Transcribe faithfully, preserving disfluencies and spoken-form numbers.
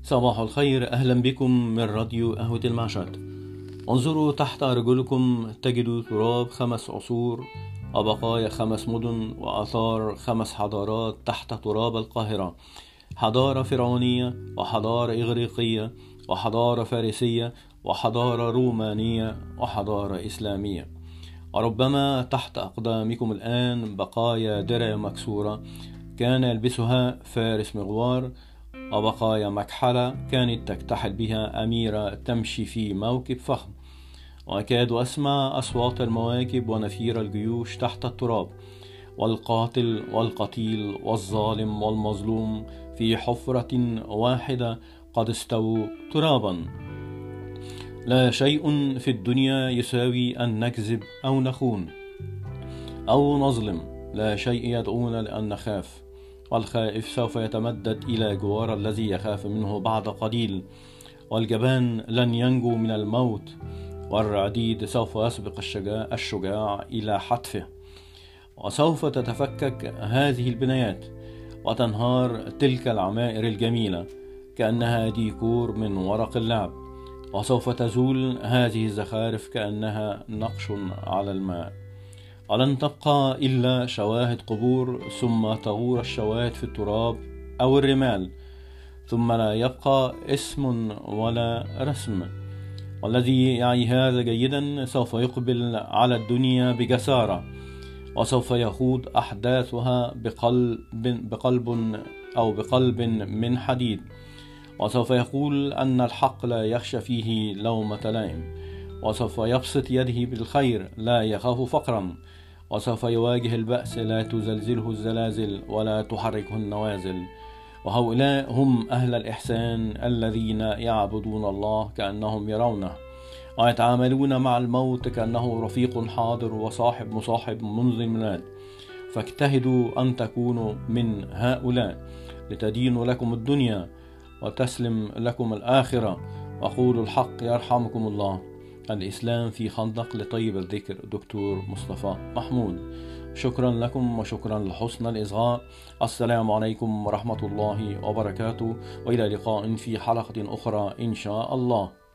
صباح الخير، أهلا بكم من راديو قهوة المعشد. انظروا تحت أرجلكم تجدوا تراب خمس عصور وبقايا خمس مدن وآثار خمس حضارات تحت تراب القاهرة: حضارة فرعونية، وحضارة إغريقية، وحضارة فارسية، وحضارة رومانية، وحضارة إسلامية. وربما تحت أقدامكم الآن بقايا درع مكسورة كان يلبسها فارس مغوار، وبقايا مكحلة كانت تكتحل بها أميرة تمشي في موكب فخم. وأكاد أسمع أصوات المواكب ونفير الجيوش تحت التراب، والقاتل والقتيل والظالم والمظلوم في حفرة واحدة قد استووا ترابا. لا شيء في الدنيا يساوي أن نكذب أو نخون أو نظلم، لا شيء يدعونا لأن نخاف، والخائف سوف يتمدد إلى جوار الذي يخاف منه بعد قليل، والجبان لن ينجو من الموت، والرعديد سوف يسبق الشجاع, الشجاع إلى حتفه. وسوف تتفكك هذه البنايات وتنهار تلك العمائر الجميلة كأنها ديكور من ورق اللعب، وسوف تزول هذه الزخارف كأنها نقش على الماء، ولن تبقى إلا شواهد قبور، ثم تغور الشواهد في التراب أو الرمال، ثم لا يبقى اسم ولا رسم. والذي يعي هذا جيدا سوف يقبل على الدنيا بجسارة، وسوف يخوض أحداثها بقلب, بقلب أو بقلب من حديد، وسوف يقول أن الحق لا يخشى فيه لومة لائم، وسوف يبسط يده بالخير لا يخاف فقرا، وسوف يواجه البأس لا تزلزله الزلازل ولا تحركه النوازل. وهؤلاء هم أهل الإحسان الذين يعبدون الله كأنهم يرونه، ويتعاملون مع الموت كأنه رفيق حاضر وصاحب مصاحب منذ الميلاد. فاجتهدوا أن تكونوا من هؤلاء لتدين لكم الدنيا وتسلم لكم الآخرة. وقولوا الحق يرحمكم الله. الإسلام في خندق لطيب الذكر دكتور مصطفى محمود. شكرا لكم وشكرا لحسن الإصغاء. السلام عليكم ورحمة الله وبركاته، وإلى لقاء في حلقة أخرى إن شاء الله.